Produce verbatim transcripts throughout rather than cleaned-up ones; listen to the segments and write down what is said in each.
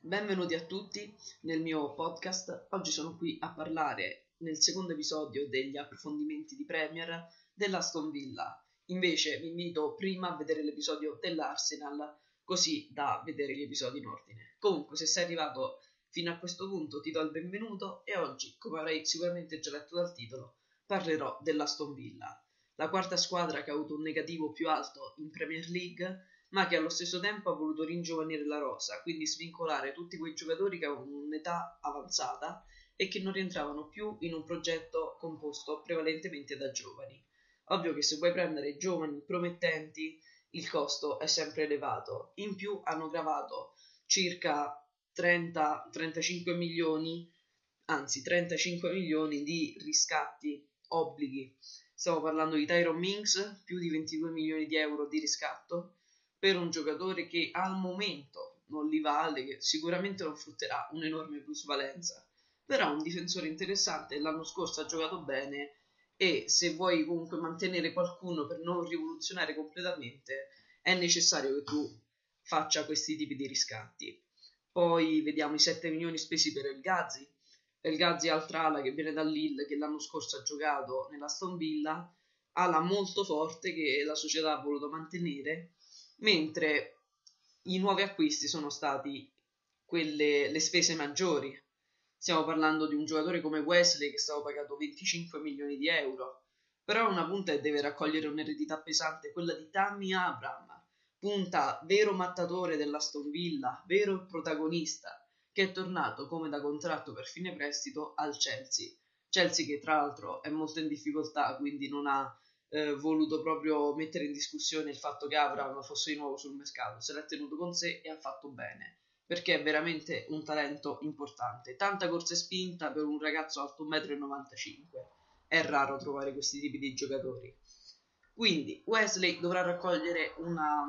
Benvenuti a tutti nel mio podcast. Oggi sono qui a parlare nel secondo episodio degli approfondimenti di Premier dell'Aston Villa. Invece vi invito prima a vedere l'episodio dell'Arsenal, così da vedere gli episodi in ordine. Comunque, se sei arrivato fino a questo punto ti do il benvenuto e oggi, come avrai sicuramente già letto dal titolo, parlerò dell'Aston Villa, la quarta squadra che ha avuto un negativo più alto in Premier League, ma che allo stesso tempo ha voluto ringiovanire la rosa, quindi svincolare tutti quei giocatori che avevano un'età avanzata e che non rientravano più in un progetto composto prevalentemente da giovani. Ovvio che se vuoi prendere giovani promettenti il costo è sempre elevato. In più hanno gravato circa trenta trentacinque milioni, anzi trentacinque milioni di riscatti, obblighi. Stiamo parlando di Tyrone Mings, più di ventidue milioni di euro di riscatto, per un giocatore che al momento non li vale, che sicuramente non frutterà un'enorme plusvalenza, però è un difensore interessante, l'anno scorso ha giocato bene e se vuoi comunque mantenere qualcuno per non rivoluzionare completamente è necessario che tu faccia questi tipi di riscatti. Poi vediamo i sette milioni spesi per El Ghazi, El Ghazi altra ala che viene da Lille, che l'anno scorso ha giocato nell'Aston Villa, ala molto forte che la società ha voluto mantenere, mentre i nuovi acquisti sono stati quelle, le spese maggiori. Stiamo parlando di un giocatore come Wesley che è stato pagato venticinque milioni di euro, però una punta che deve raccogliere un'eredità pesante, quella di Tammy Abraham, punta vero mattatore dell'Aston Villa, vero protagonista, che è tornato come da contratto per fine prestito al Chelsea. Chelsea che tra l'altro è molto in difficoltà, quindi non ha Eh, voluto proprio mettere in discussione il fatto che Abraham fosse di nuovo sul mercato, se l'ha tenuto con sé e ha fatto bene, perché è veramente un talento importante. Tanta corsa e spinta per un ragazzo alto uno virgola novantacinque metri, è raro trovare questi tipi di giocatori. Quindi Wesley dovrà raccogliere una,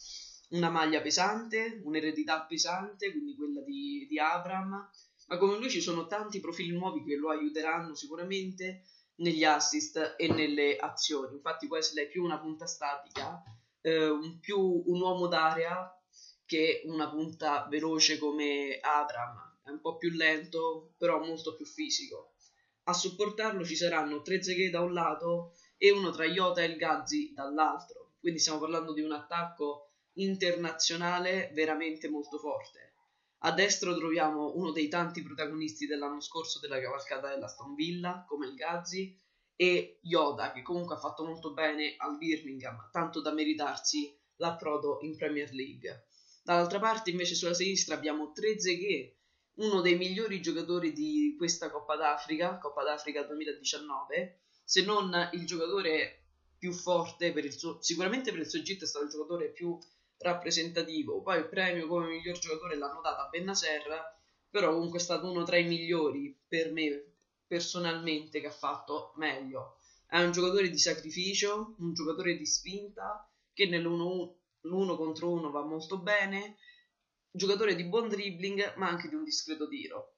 una maglia pesante, un'eredità pesante, quindi quella di, di Abraham, ma come lui ci sono tanti profili nuovi che lo aiuteranno sicuramente negli assist e nelle azioni. Infatti Wesley è più una punta statica, eh, un, più un uomo d'area che una punta veloce come Abraham. È un po' più lento, però molto più fisico. A supportarlo ci saranno Trezeguet da un lato e uno tra Jota e El Ghazi dall'altro. Quindi stiamo parlando di un attacco internazionale veramente molto forte. A destra troviamo uno dei tanti protagonisti dell'anno scorso della cavalcata dell'Aston Villa, come il Ghazi, e Jota, che comunque ha fatto molto bene al Birmingham, tanto da meritarsi l'approdo in Premier League. Dall'altra parte, invece, sulla sinistra abbiamo Trezeguet, uno dei migliori giocatori di questa Coppa d'Africa, Coppa d'Africa duemiladiciannove, se non il giocatore più forte, per il suo, sicuramente per il suo Egitto è stato il giocatore più rappresentativo. Poi il premio come miglior giocatore l'hanno dato a Bennacer, però comunque è stato uno tra i migliori per me personalmente che ha fatto meglio. È un giocatore di sacrificio, un giocatore di spinta che nell'uno l'uno contro uno va molto bene, giocatore di buon dribbling ma anche di un discreto tiro.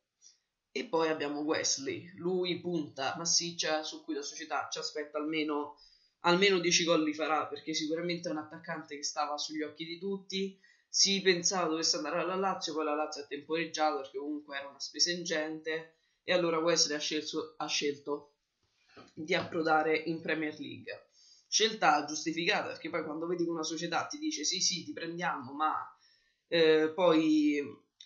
E poi abbiamo Wesley, lui punta massiccia su cui la società ci aspetta almeno almeno dieci gol li farà, perché sicuramente è un attaccante che stava sugli occhi di tutti. Si pensava dovesse andare alla Lazio, poi la Lazio ha temporeggiato perché comunque era una spesa ingente e allora Wesley ha scelto, ha scelto di approdare in Premier League. Scelta giustificata, perché poi quando vedi che una società ti dice sì sì ti prendiamo ma eh, poi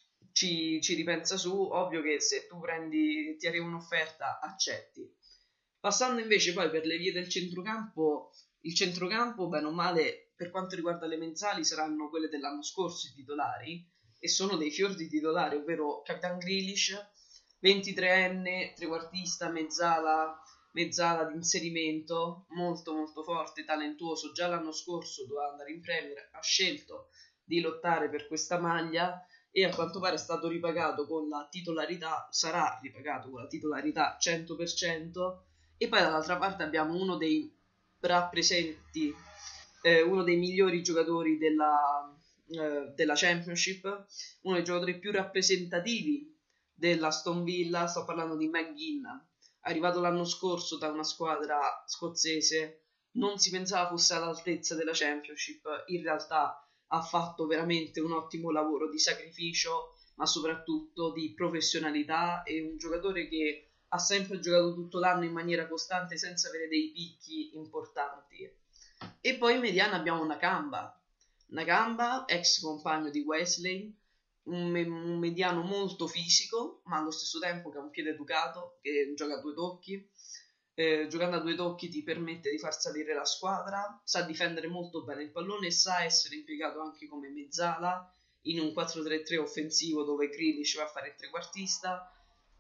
ci, ci ripensa su, ovvio che se tu prendi, ti arriva un'offerta, accetti. Passando invece poi per le vie del centrocampo, il centrocampo, bene o male, per quanto riguarda le menzali, saranno quelle dell'anno scorso i titolari, e sono dei fior di titolari, ovvero Capitan Grealish, ventitreenne, trequartista, mezzala, mezzala di inserimento, molto molto forte, talentuoso, già l'anno scorso doveva andare in Premier, ha scelto di lottare per questa maglia, e a quanto pare è stato ripagato con la titolarità, sarà ripagato con la titolarità cento per cento. E poi dall'altra parte abbiamo uno dei rappresenti, eh, uno dei migliori giocatori della, eh, della Championship, uno dei giocatori più rappresentativi dell'Aston Villa, sto parlando di McGinn, arrivato l'anno scorso da una squadra scozzese, non si pensava fosse all'altezza della Championship, in realtà ha fatto veramente un ottimo lavoro di sacrificio, ma soprattutto di professionalità, e un giocatore che ha sempre giocato tutto l'anno in maniera costante senza avere dei picchi importanti. E poi in mediana abbiamo Nakamba, Nakamba, ex compagno di Wesley, un, me- un mediano molto fisico, ma allo stesso tempo che ha un piede educato, che gioca a due tocchi. Eh, giocando a due tocchi ti permette di far salire la squadra, sa difendere molto bene il pallone e sa essere impiegato anche come mezzala in un quattro tre tre offensivo dove Grealish va a fare il trequartista.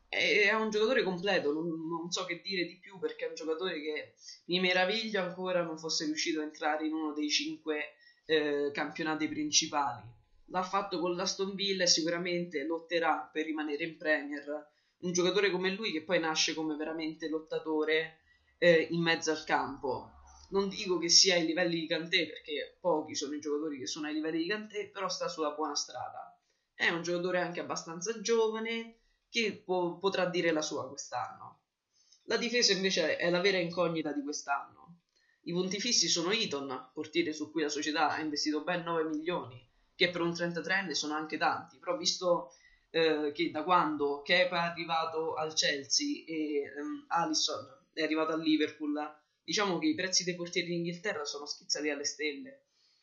È un giocatore completo, non, non so che dire di più, perché è un giocatore che mi meraviglia ancora non fosse riuscito a entrare in uno dei cinque eh, campionati principali. L'ha fatto con l'Aston Villa e sicuramente lotterà per rimanere in Premier. Un giocatore come lui che poi nasce come veramente lottatore eh, in mezzo al campo. Non dico che sia ai livelli di Kanté, perché pochi sono i giocatori che sono ai livelli di Kanté, però sta sulla buona strada. È un giocatore anche abbastanza giovane che po- potrà dire la sua quest'anno. La difesa invece è la vera incognita di quest'anno. I punti fissi sono Eton, portiere su cui la società ha investito ben nove milioni, che per un trentatreenne sono anche tanti, però visto eh, che da quando Kepa è arrivato al Chelsea e um, Alisson è arrivato al Liverpool, diciamo che i prezzi dei portieri in Inghilterra sono schizzati alle stelle,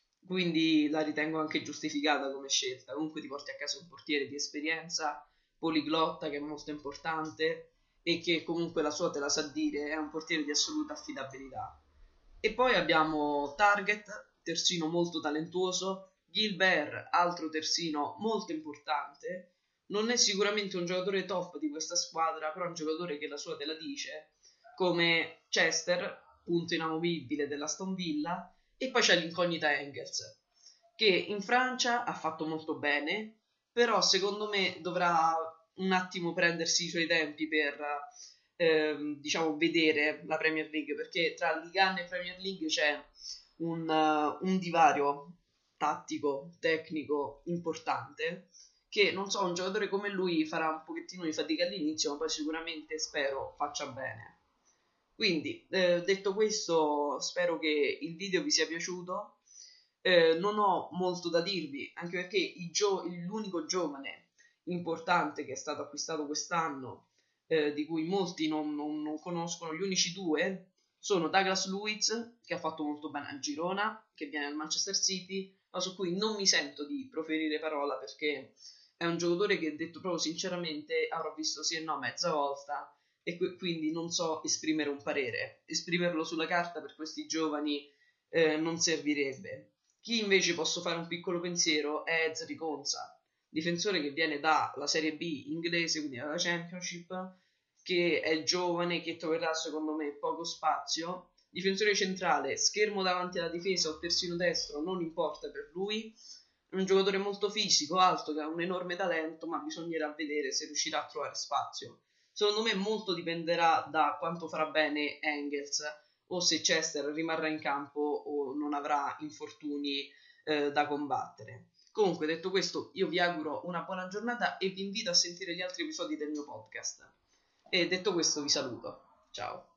quindi la ritengo anche giustificata come scelta. Comunque ti porti a casa un portiere di esperienza, poliglotta, che è molto importante e che comunque la sua te la sa dire, è un portiere di assoluta affidabilità. E poi abbiamo Target, terzino molto talentuoso, Gilbert, altro terzino molto importante. Non è sicuramente un giocatore top di questa squadra, però è un giocatore che la sua te la dice, come Chester, punto inamovibile dell'Aston Villa, e poi c'è l'incognita Engels, che in Francia ha fatto molto bene, però secondo me dovrà un attimo prendersi i suoi tempi per ehm, diciamo vedere la Premier League, perché tra Liga uno e Premier League c'è un, uh, un divario tattico, tecnico importante, che non so, un giocatore come lui farà un pochettino di fatica all'inizio, ma poi sicuramente spero faccia bene. Quindi, eh, detto questo, spero che il video vi sia piaciuto. Eh, non ho molto da dirvi, anche perché i gio- l'unico giovane importante che è stato acquistato quest'anno, eh, di cui molti non, non- non conoscono, gli unici due sono Douglas Luiz, che ha fatto molto bene a Girona, che viene dal Manchester City, ma su cui non mi sento di proferire parola, perché è un giocatore che, detto proprio sinceramente, avrò visto sì e no mezza volta, e que- quindi non so esprimere un parere. Esprimerlo sulla carta per questi giovani eh, non servirebbe. Chi invece posso fare un piccolo pensiero è Ezri Konsa, difensore che viene dalla Serie B inglese, quindi dalla Championship, che è giovane, che troverà secondo me poco spazio. Difensore centrale, schermo davanti alla difesa o terzino destro, non importa per lui. È un giocatore molto fisico, alto, che ha un enorme talento, ma bisognerà vedere se riuscirà a trovare spazio. Secondo me molto dipenderà da quanto farà bene Engels, o se Chester rimarrà in campo o non avrà infortuni eh, da combattere. Comunque, detto questo, io vi auguro una buona giornata e vi invito a sentire gli altri episodi del mio podcast. E detto questo, vi saluto. Ciao.